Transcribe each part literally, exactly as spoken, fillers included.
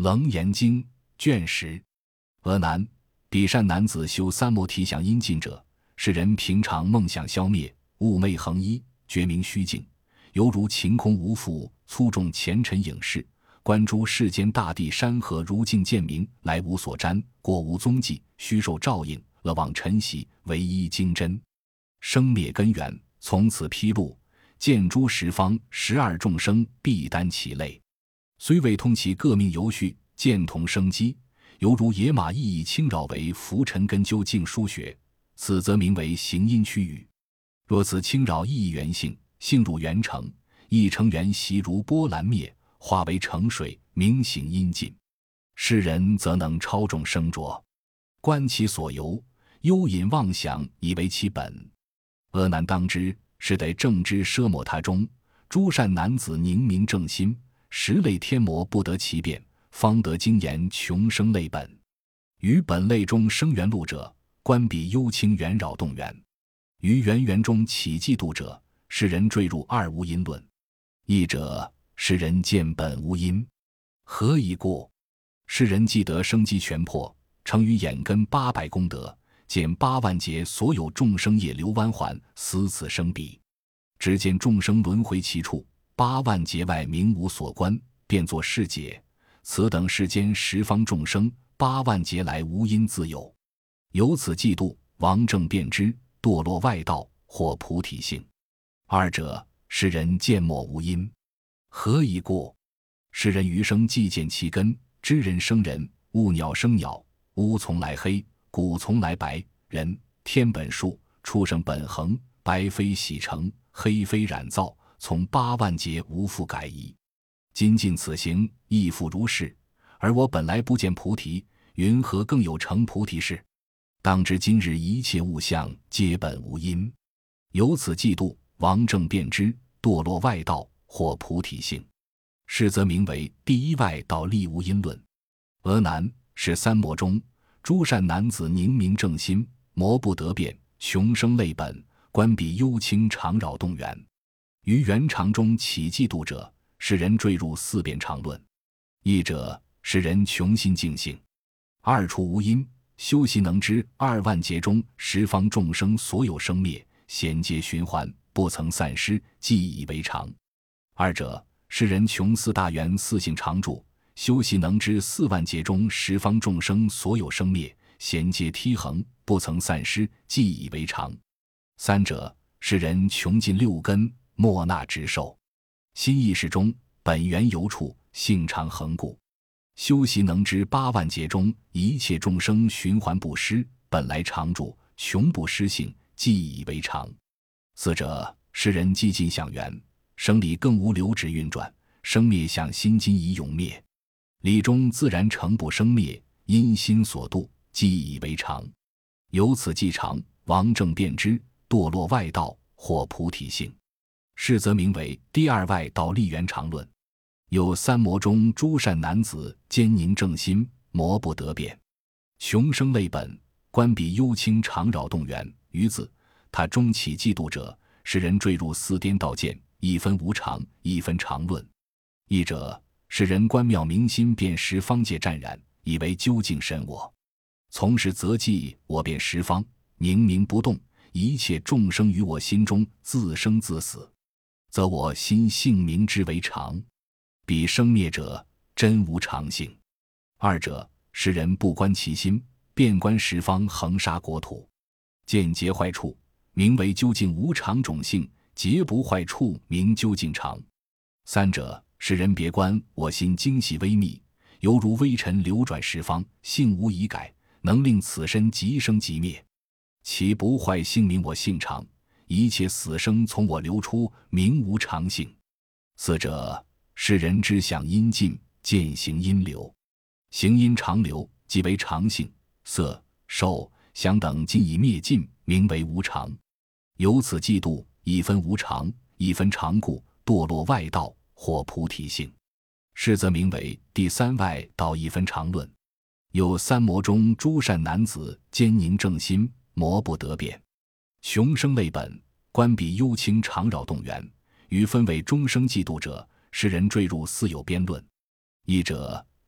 楞严经卷十。俄南，彼善男子修三摩提想阴尽者，是人平常梦想消灭，寤寐横依，觉明虚静，犹如晴空无复，粗重前尘影视，观诸世间大地山河如镜见明，来无所瞻，过无踪迹，虚受照应，乐望晨曦，唯一精真。生灭根源从此披露，见诸十方十二众生必担其类，虽未通其各命游序，见同生机，犹如野马熠熠轻扰为浮尘根究竟疏学，此则名为行阴区语。若此轻扰意义原性，性入圆成，一成圆习如波澜灭，化为成水，明行阴尽。是人则能超众生浊，观其所由，幽隐妄想以为其本。阿难当知，是得正知奢摩他中诸善男子凝明正心，十类天魔不得其变，方得精言穷生类本。于本类中生缘路者，观彼幽清圆扰动缘；于缘缘中起嫉妒者，是人坠入二无因论。义者，是人见本无因。何以故？是人既得生机全破，成于眼根八百功德，见八万劫所有众生业流弯环，死此生彼。只见众生轮回其处，八万劫外明无所观，便作是解。此等世间十方众生，八万劫来无因自有。由此嫉妒，王正便知，堕落外道，或菩提性。二者，是人见莫无因。何以故？是人余生既见其根，知人生人，物鸟生鸟，乌从来黑，谷从来白，人天本数，畜生本恒，白非洗成，黑非染造，从八万劫无复改移。今尽此行，亦复如是。而我本来不见菩提，云何更有成菩提事？当知今日一切物象，皆本无因。由此嫉妒，王正便知，堕落外道，或菩提性。是则名为第一外道立无因论。俄难，是三魔中诸善男子凝明正心，魔不得变，穷生类本，观彼幽清常扰动缘。于缘常中起嫉妒者，是人坠入四变常论。义者，是人穷心净性。二处无因，修习能知二万劫中十方众生所有生灭，衔接循环，不曾散失，既以为常。二者，是人穷四大缘四性常住，修习能知四万劫中十方众生所有生灭，衔接梯恒，不曾散失，既以为常。三者，是人穷尽六根，莫那执受。心意识中本源由处，性常恒固，修习能知八万劫中一切众生循环不失，本来常住，穷不失性，既以为常。四者，是人既尽想缘，生理更无流止运转，生灭相心今已永灭，理中自然成不生灭，因心所度，既以为常。由此既常，王正便知，堕落外道，或菩提性。是则名为第二外道立缘常论。有三魔中诸善男子坚凝正心，魔不得变，穷生类本，观彼幽清常扰动缘。于字，他中起嫉妒者，是人坠入四颠倒见，一分无常，一分常论。义者，是人观妙明心，便十方界湛然，以为究竟身我。从时则记我遍十方，凝明不动，一切众生于我心中自生自死，则我心性明之为常。彼生灭者，真无常性。二者，是人不观其心，便观十方横沙国土，见结坏处，名为究竟无常种性，结不坏处，名究竟常。三者，是人别观我心精细微密，犹如微尘流转十方，性无已改，能令此身即生即灭。其不坏性名我性常，一切死生从我流出，名无常性。四者，是人知想阴尽，见行阴流。行阴常流，即为常性，色受想等尽已灭尽，名为无常。由此嫉妒，一分无常，一分常故，堕落外道，或菩提性。是则名为第三外道一分常论。有三魔中诸善男子坚凝正心，魔不得变，穷生类本，观彼幽清常扰动缘。于分为终生嫉妒者，是人坠入四有边论。一者，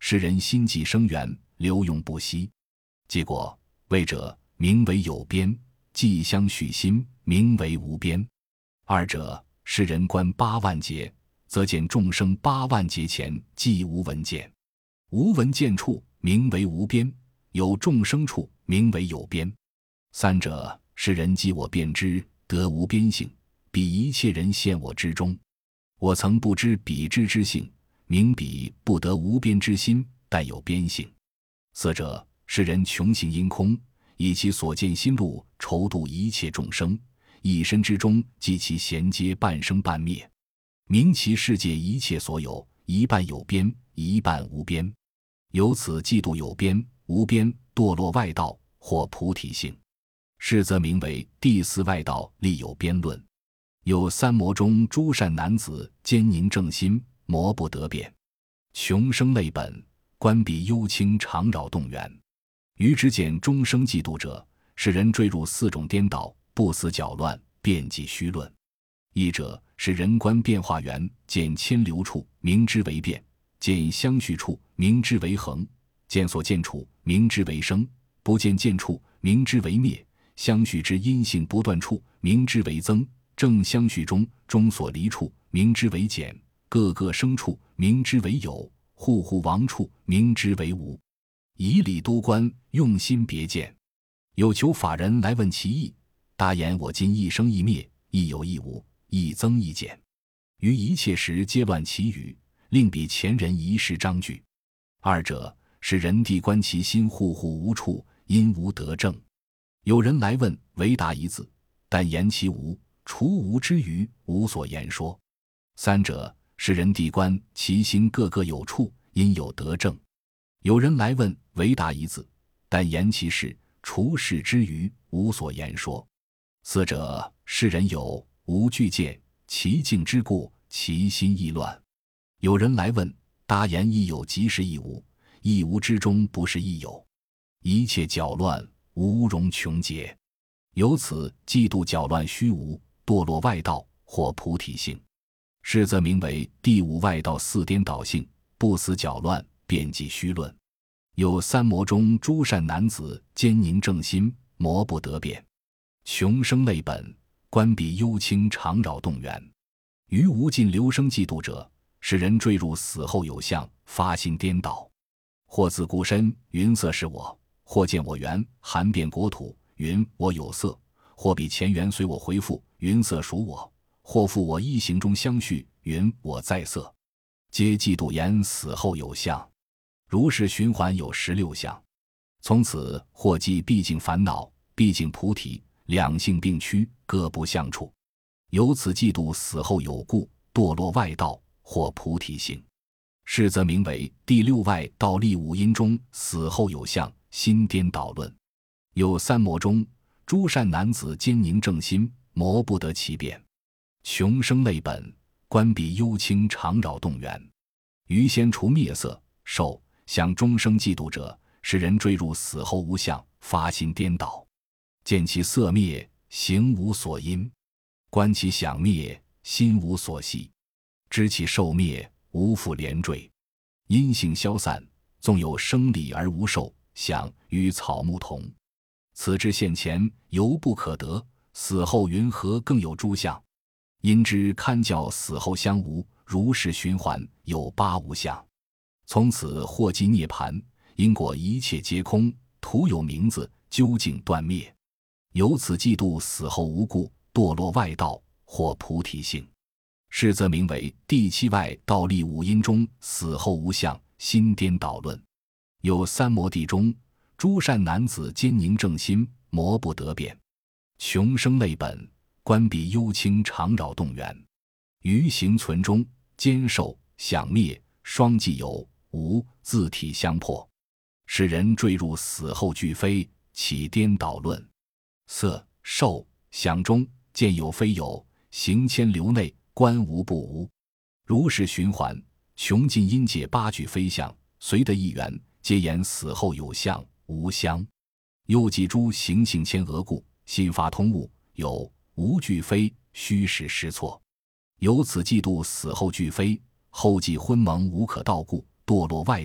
世人心悸生源，流用不息。结果谓者名为有边，既相续心，名为无边。二者世人观八万劫，则见众生八万劫前既无闻见，无闻见处名为无边，有众生处名为有边。三者世人即我辨之，得无边性，彼一切人现我之中。我曾不知彼之之性，名彼不得无边之心，但有边性。四者世人穷行因空，以其所见心路筹度一切众生，一身之中即其衔接半生半灭，名其世界一切所有，一半有边，一半无边。由此嫉妒有边无边，堕落外道或菩提性，是则名为第四外道立有边论。有三魔中诸善男子坚凝正心，魔不得变，穷生类本，观彼幽清常扰动源。于之见终生嫉妒者，使人坠入四种颠倒，不死搅乱，遍计虚论。一者是人观变化缘，见牵流处，名之为变；见相续处，名之为恒；见所见处，名之为生；不见见处，名之为灭。相续之因性不断处，名之为增；正相续中中所离处，名之为减；各个生处，名之为有；户户亡处，名之为无。以理多观，用心别见。有求法人来问其意，答言：我今一生一灭，亦有亦无，一增一减，于一切时皆乱其语，令比前人一世章句。二者是人地观其心，户户无处，因无得正。有人来问，唯答一字，但言其无，除无之余，无所言说。三者是人地观其心，各个有处，因有得正。有人来问，唯答一字，但言其事，除事之余，无所言说。四者世人有无具见，其境之故，其心亦乱。有人来问，答言亦有即是亦无，亦无之中不是亦有，一切搅乱，无容穷劫。由此嫉妒搅乱虚无，堕落外道或菩提性，是则名为第五外道四颠倒性，不死搅乱，遍计虚论。有三魔中诸善男子坚凝正心，魔不得变，穷生类本，观彼幽清常扰动源。于无尽流生嫉妒者，使人坠入死后有相，发心颠倒。或自孤身，云色是我；或见我缘，含遍国土，云我有色；或比前缘随我回复，云色属我；或复我一行中相续，云我在色。皆嫉妒言死后有相。如是循环有十六相。从此或即毕竟烦恼，毕竟菩提，两性并趋，各不相处。由此嫉妒死后有故，堕落外道或菩提性，是则名为第六外道立五阴中死后有相，心颠倒论。有三魔中诸善男子坚凝正心，魔不得其变，穷生类本，观彼幽清常扰动源。于先除灭色受想终生嫉妒者，使人坠入死后无相，发心颠倒。见其色灭，行无所因；观其想灭，心无所系；知其受灭，无复连缀。因性消散，纵有生理而无受，想与草木同。此之现前犹不可得，死后云何更有诸相？因之堪教死后相无，如是循环有八无相。从此或即涅盘，因果一切皆空，徒有名字，究竟断灭。由此嫉妒死后无故，堕落外道或菩提性，是则名为第七外道立五阴中死后无相，心颠倒论。有三魔地中诸善男子坚凝正心，魔不得变，穷生类本，观彼幽清常扰动源。于行存中，坚受想灭，双既有无，自体相破，使人坠入死后俱非，起颠倒论。色受想中见有非有，行牵流内，观无不无。如是循环，穷尽阴界八具非相，随得一缘，皆言死后有相无相。又记诸行性牵额故，心发通悟，有无俱非，虚实失错。由此嫉妒死后俱非，后继昏蒙无可道故，堕落外道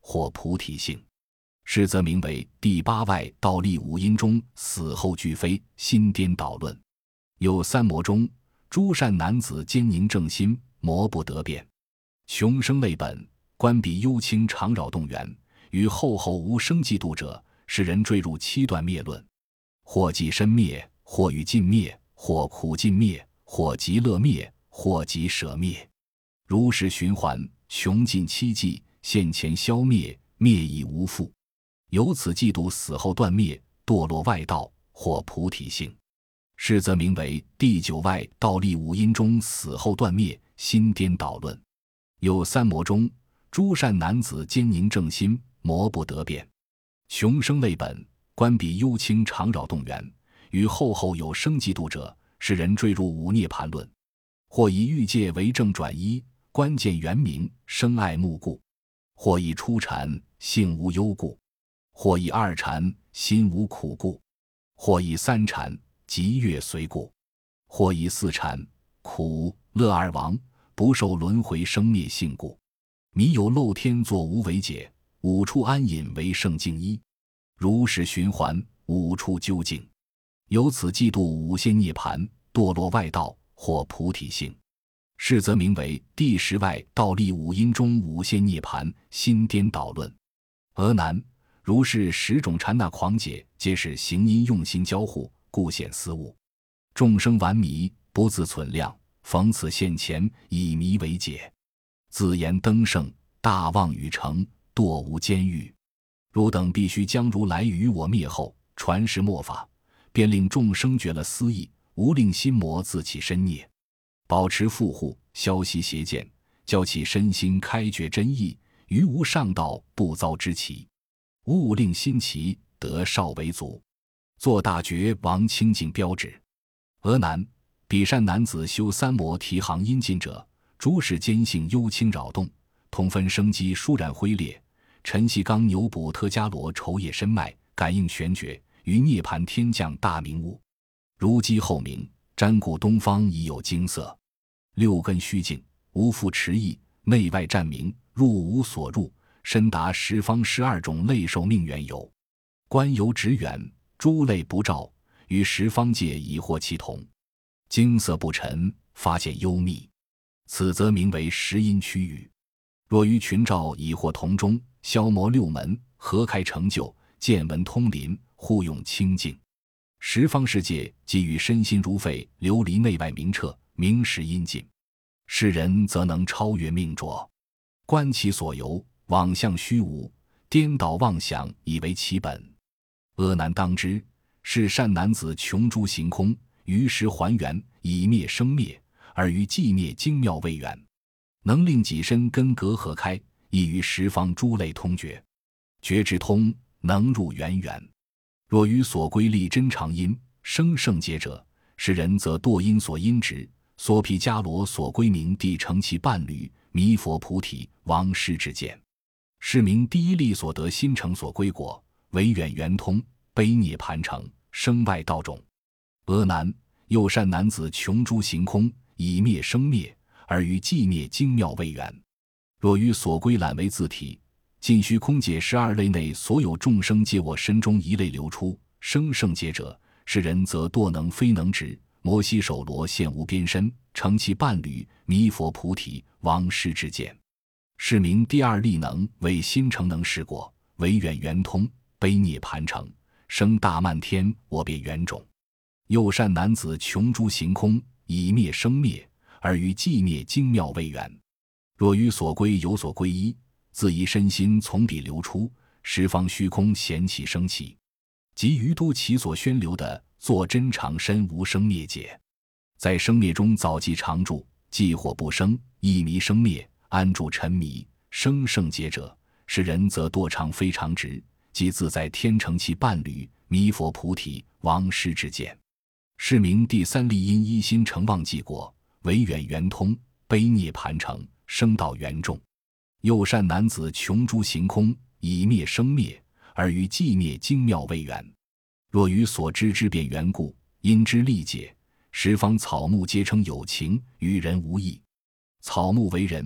或菩提性。是则名为第八外道立五阴中死后俱非，心颠倒论。有三魔中，诸善男子坚凝正心，魔不得变。穷生类本，观彼幽清常扰动源，于后后无生嫉妒者，是人坠入七断灭论。或即身灭，或与尽灭，或苦尽灭，或极乐灭，或即舍灭。如是循环，穷尽七际，现前消灭，灭已无复。由此嫉妒死后断灭，堕落外道，或菩提性。是则名为第九外道立五阴中死后断灭，心颠倒论。有三魔中，诸善男子坚凝正心，魔不得变。穷生类本，观彼幽清常扰动源，于后后有生嫉妒者，是人坠入五涅盘论。或以欲界为正转一，观见圆明，生爱慕故；或以初禅，性无忧故；或以二禅，心无苦故；或以三禅，极乐随故；或以四禅，苦乐二亡，不受轮回生灭性故。迷有漏天作无为解，五处安隐为圣境一。如是循环，五处究竟。由此嫉妒五仙涅盘，堕落外道，或菩提性。是则名为第十外道立五阴中五仙涅盘，心颠倒论。俄难，如是十种禅那狂解，皆是行因用心交互，故显思误。众生顽迷，不自存量，逢此现前，以迷为解。自言登圣，大妄语成，堕无间狱。汝等必须将如来于我灭后，传示末法，便令众生觉了思义，无令心魔自起身孽。保持护护，消息邪见，教其身心开觉真意，于无上道不遭之奇。勿令心奇，得少为足。做大觉王清净标志。俄难，彼善男子修三摩提行阴尽者，诸事坚性幽清扰动，同分生机疏然灰裂，晨系刚牛补特伽罗愁叶深脉，感应玄觉，于涅盘天降大明悟。如鸡后鸣，瞻顾东方已有精色。六根虚静，无复迟疑，内外战明，入无所入，深达十方十二种类受命缘由。观由直远，诸类不照，与十方界已获其同。精色不沉，发现幽密，此则名为十因区域。若于群照已获同中，消磨六门，合开成就，见闻通灵，互用清净。十方世界即与身心如沸，流离内外明彻，明实阴尽。是人则能超越命浊，观其所由，妄象虚无，颠倒妄想以为其本。阿难当知，是善男子穷诸行空，于时还原，以灭生灭，而于寂灭精妙未远，能令己身根隔合开，亦于十方诸类通觉，觉之通，能入圆圆。若于所归立真常因，生圣劫者，是人则堕因所因执，梭毗迦罗所归名地成其伴侣，弥佛菩提王师之见。是名第一力所得心成所归果，为远圆通，悲涅盘成，生外道种。阿难，又善男子穷诸行空，以灭生灭，而于寂灭精妙未远。若于所归览为自体，尽虚空界十二类内所有众生皆我身中一类流出，生圣劫者，是人则堕能非能执，摩西手罗现无边身，成其伴侣，弥佛菩提王师之见。是名第二力能为心成能识果，为远圆通，悲涅盘成，生大漫天，我便圆种。又善男子穷诸行空，以灭生灭，而于寂灭精妙未远。若于所归有所归依，自疑身心从彼流出，十方虚空显起生起，即于都其所宣流的作真常身无生灭解。在生灭中早即常住，既或不生，亦迷生灭，安住沉迷，生圣劫者，是人则堕常非常执，即自在天成其伴侣，弥佛菩提王师之见。是名第三力因一心成妄记果，为远圆通，悲涅盘成，生道圆众。又善男子穷诸行空，以灭生灭，而于寂灭精妙未远。若于所知之变缘故，因之力解，十方草木皆称有情，与人无异。草木为人，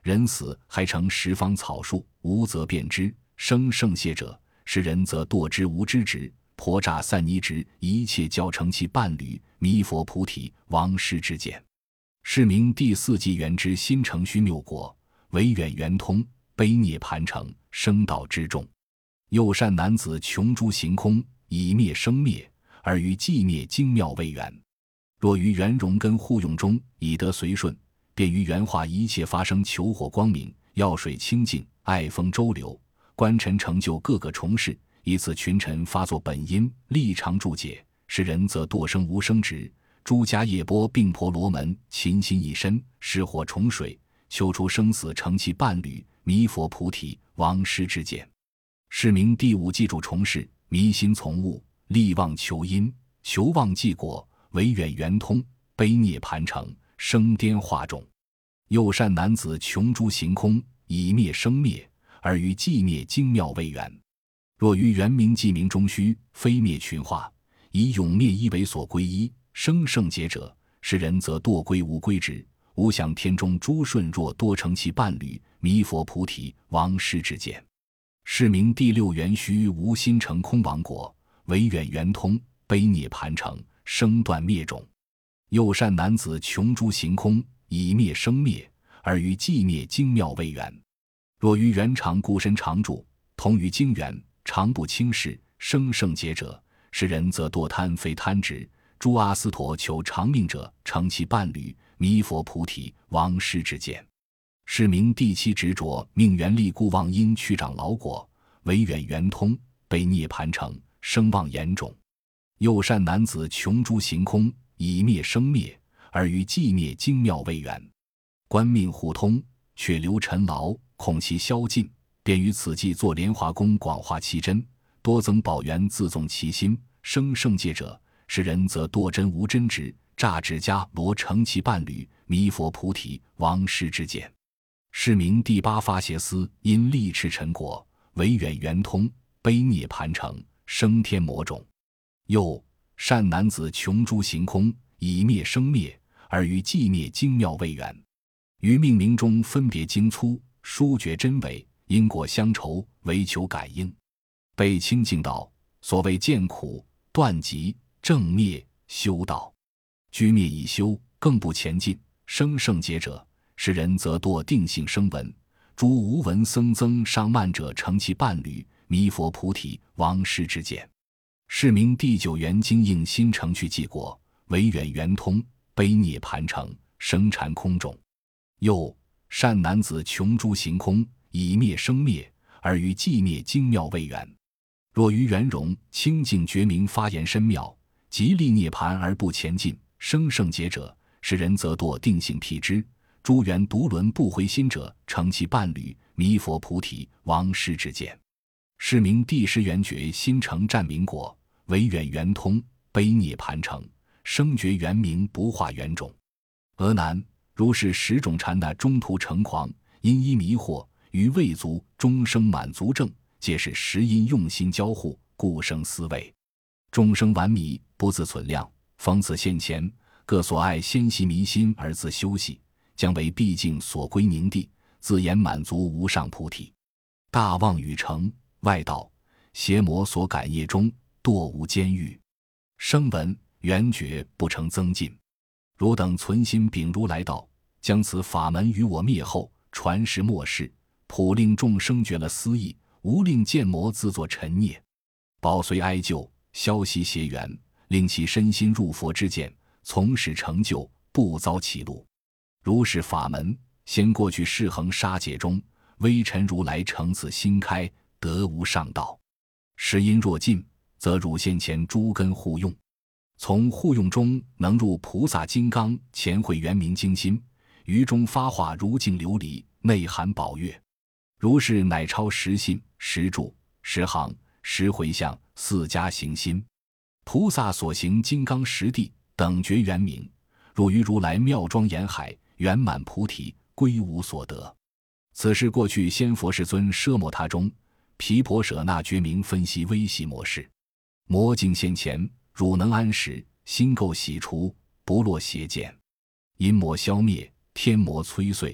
人死还成十方草树，无则变之；生圣谢者，是人则堕之无知直，婆诈散泥直，一切教成其伴侣，弥佛菩提王师之见。是名第四纪元之新承虚谬果，为远圆通，悲涅盘成，生道之众。又善男子穷诸行空，以灭生灭，而于寂灭精妙未圆。若于圆融根互用中，以得随顺，便于圆化一切发生求火光明，药水清净，爱风周流，官臣成就各个重事，以此群臣发作本因，立常注解，是人则堕生无生直。诸家业波并婆罗门，勤心一身，失火重水，求出生死成其伴侣，弥佛菩提王师之见。是名第五记住重事，迷心从物，力妄求因，求妄记果，为远圆通，悲涅盘成，生颠化众。又善男子穷诸行空，以灭生灭，而于寂灭精妙未圆。若于圆明寂明中虚，非灭群化，以永灭一为所归依，生圣劫者，是人则堕归无归直。无想天中诸顺若多成其伴侣，弥佛菩提王师之见。是名第六元虚无心成空王果，为远圆通，悲涅盘成，生断灭种。又善男子穷诸行空，以灭生灭，而于寂灭精妙未圆。若于圆常固身常住，同于精圆，常不轻视，生圣劫者，是人则堕贪非贪执。诸阿斯陀求长命者，成其伴侣，弥佛菩提王师之见。是名第七执着命缘力故妄因去长老果，为远圆通，被涅盘成，声望严重。又善男子穷诸行空，以灭生灭，而于寂灭精妙未圆。官命互通，却留尘劳，恐其消尽，便于此际作莲华功，广化其真，多增宝源，自纵其心，生圣界者，是人则堕真无真直，诈指迦罗成其伴侣，弥佛菩提王师之见。是名第八发邪思，因力持尘果，为远圆通，悲涅盘成，生天魔种。又善男子穷诸行空，以灭生灭，而于寂灭精妙未圆。于命名中分别精粗，殊觉真伪，因果相酬，唯求感应。被清净道，所谓见苦断集，正灭修道，居灭已修，更不前进，生圣劫者，是人则堕定性声闻，诸无闻僧增上慢者，成其伴侣，弥佛菩提王师之见。是名第九元经应心成去寂果，为远圆通，悲涅盘成，生禅空种。又善男子穷诸行空，以灭生灭，而于寂灭精妙未圆。若于圆融清净觉明发言深妙，极力涅盘而不前进，生圣劫者，是人则堕定性辟支。诸缘独轮不回心者，成其伴侣，弥佛菩提王师之见。是名第十圆觉心成占明果，为远圆通，悲涅盘成，生觉圆明不化圆种。俄难，如是十种禅那中途成狂，因依迷惑，于未足终生满足正，皆是实因用心交互，故生思维。众生顽迷，不自存量，逢此现前，各所爱先习迷心而自修习，将为毕竟所归宁地，自言满足无上菩提。大妄语成，外道邪魔所感业中，堕无间狱。声闻缘觉不成增进。汝等存心秉如来道，将此法门于我灭后，传世末世，普令众生觉了思义，无令见魔自作尘孽。保随哀救，消息邪缘，令其身心入佛之见，从始成就，不遭歧路。如是法门，先过去世恒杀劫中，微尘如来成此心开，得无上道。时因若尽，则汝现前诸根互用，从互用中能入菩萨金刚，前会圆明精心，于中发化如镜琉璃，内含宝月。如是乃超十信、十住、十行、十回向四加行心。菩萨所行金刚十地，等觉圆明，入于如来妙庄严海，圆满菩提，归无所得。此是过去先佛世尊奢摩他中，毗婆舍那觉明分析微细模式。魔境现前，汝能安时，心垢洗除，不落邪见。阴魔消灭，天魔摧碎，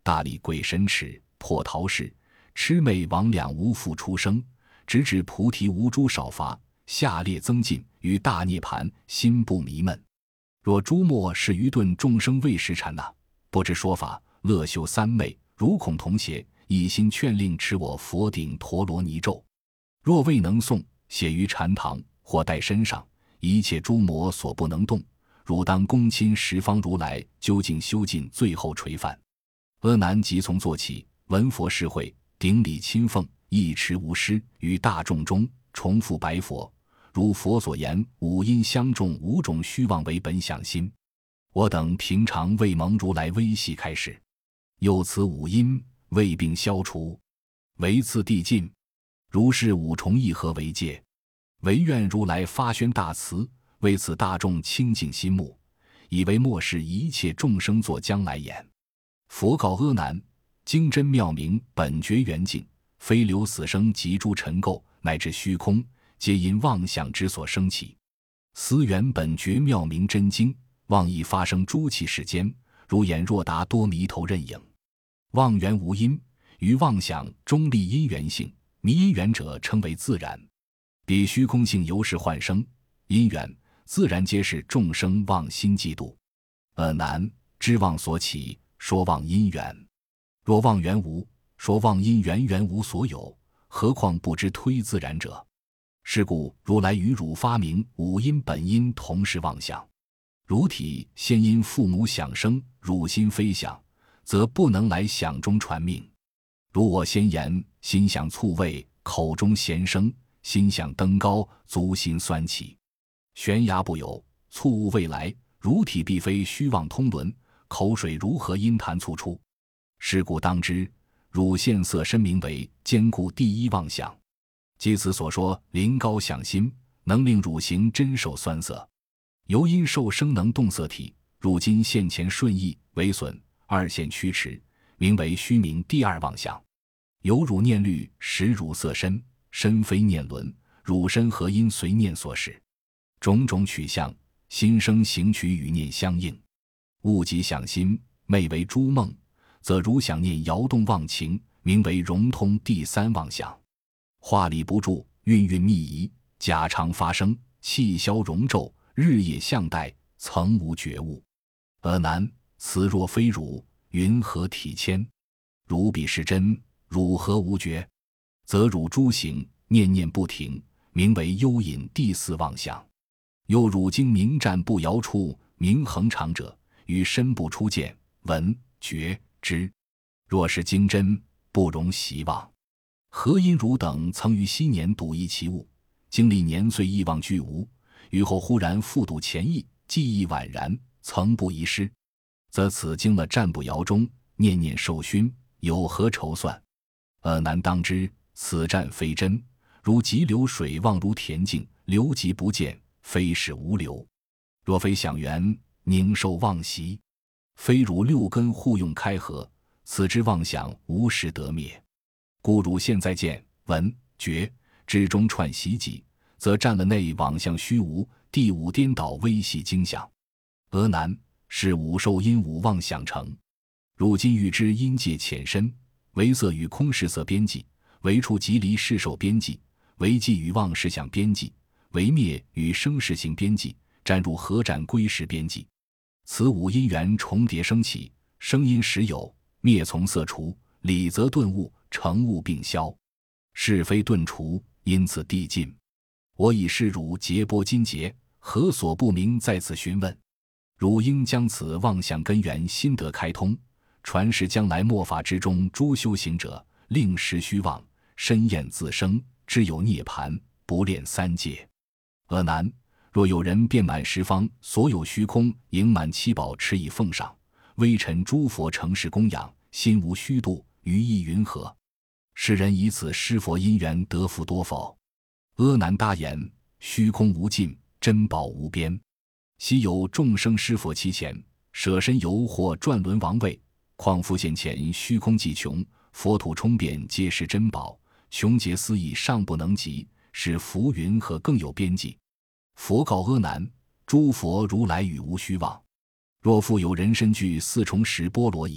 大力鬼神池，破陶氏，魑魅魍魉无复出生，直至菩提无诸少乏，下列增进，于大涅盘，心不迷闷。若诸末是愚钝众生未识禅那，不知说法，乐修三昧，如恐同邪，一心劝令持我佛顶陀罗尼咒。若未能诵，写于禅堂，或带身上，一切诸魔所不能动，汝当恭亲十方如来，究竟修尽，最后垂范。阿难即从坐起，闻佛事会，顶礼亲奉，一持无失，于大众中重复白佛，如佛所言，五阴相中，五种虚妄为本想心。我等平常未蒙如来微细开示，又此五阴未并消除，唯次第尽，如是五重义合为戒，唯愿如来发宣大慈，为此大众清净心目，以为末世一切众生作将来眼。佛告阿难：经真妙明，本觉圆净，非流死生及诸尘垢，乃至虚空，皆因妄想之所生起。思原本觉妙明真经，妄意发生诸气世间，如眼若达多迷头认影。妄缘无因，于妄想中立因缘性，迷因缘者称为自然。彼虚空性由是幻生，因缘自然皆是众生妄心嫉妒。阿难，知妄所起，说妄因缘。若妄缘无，说妄因缘缘无所有，何况不知推自然者？是故如来与汝发明五阴本因同是妄想。汝体先因父母想生，汝心非想，则不能来想中传命。如我先言，心想醋味，口中咸生，心想登高，足心酸起。悬崖不有，醋物未来，汝体必非虚妄通伦，口水如何因痰促出？是故当知，汝现色身名为坚固第一妄想。即此所说临高想心，能令汝行真受酸涩。由因受生能动色体，汝今现前顺意为损，二现驱驰，名为虚名第二妄想。由汝念虑使汝色身，身非念伦，汝身何因随念所使？种种取向，心生行取与念相应。物即想心，昧为诸梦，则如想念摇动妄情，名为融通第三妄想。话理不住，韵韵密仪，假常发生，气消容皱，日夜相待，曾无觉悟。阿难，此若非汝，云何体谦？汝彼是真，汝何无觉？则汝诸行念念不停，名为幽隐第四妄想。又汝经明战不摇处，名恒常者，于身不出见闻觉知。若是经真，不容习妄。何因汝等曾于昔年睹一其物，经历年岁忆忘俱无，于后忽然复睹前意，记忆宛然，曾不遗失？则此经了战不摇中，念念受熏，有何筹算？阿难当知，此战非真，如急流水，望如恬静，流即不见，非是无流。若非想缘，宁受妄习？非汝六根互用开合，此之妄想无时得灭。故汝现在见闻觉之中串习己，则占了内妄向虚无，第五颠倒微细经想。阿难，是五受因五妄想成。汝今欲知因界浅深，为色与空识色边际，为处即离事受边际，为寂与妄识想边际，为灭与生识行边际，占入合展归识边际。此五因缘重叠生起，声音时有，灭从色除，理则顿悟，成悟并消，是非顿除，因此递进。我以示汝劫波金劫，何所不明在此询问？汝应将此妄想根源心得开通，传示将来末法之中诸修行者，令实虚妄，深厌自生，知有涅盘，不恋三界。阿难，若有人遍满十方所有虚空，盈满七宝持以奉上，微尘诸佛承事供养，心无虚度，于意云何？世人以此施佛因缘得福多否？阿难答言：虚空无尽，珍宝无边。昔有众生施佛其前，舍身游或转轮王位，况复现前虚空既穷，佛土充遍皆是珍宝，穷劫思议尚不能及，使浮云何更有边际？佛告阿难：诸佛如来语无虚妄。若复有人身具四重十波罗夷，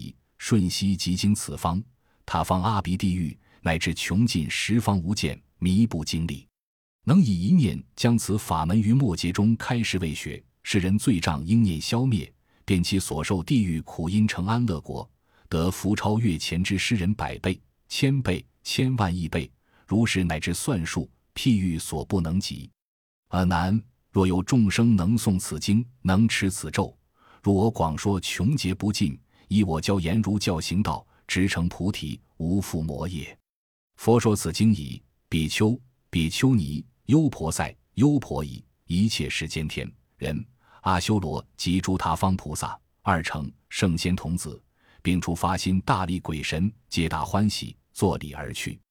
瞬息即经此方，他方阿鼻地狱，乃至穷尽十方无间，弥不经历。能以一念将此法门于末劫中开示为学，世人罪障应念消灭，便其所受地狱苦因成安乐国，得福超越前之诗人百倍、千倍、千万亿倍，如是乃至算数，譬喻所不能及。阿难，若有众生能诵此经，能持此咒，如我广说穷劫不尽，以我教言如教行道，直成菩提，无复魔业。佛说此经已，比丘、比丘尼、优婆塞、优婆夷，一切世间天人、阿修罗及诸他方菩萨、二乘圣仙童子，并除发心大力鬼神，皆大欢喜，作礼而去。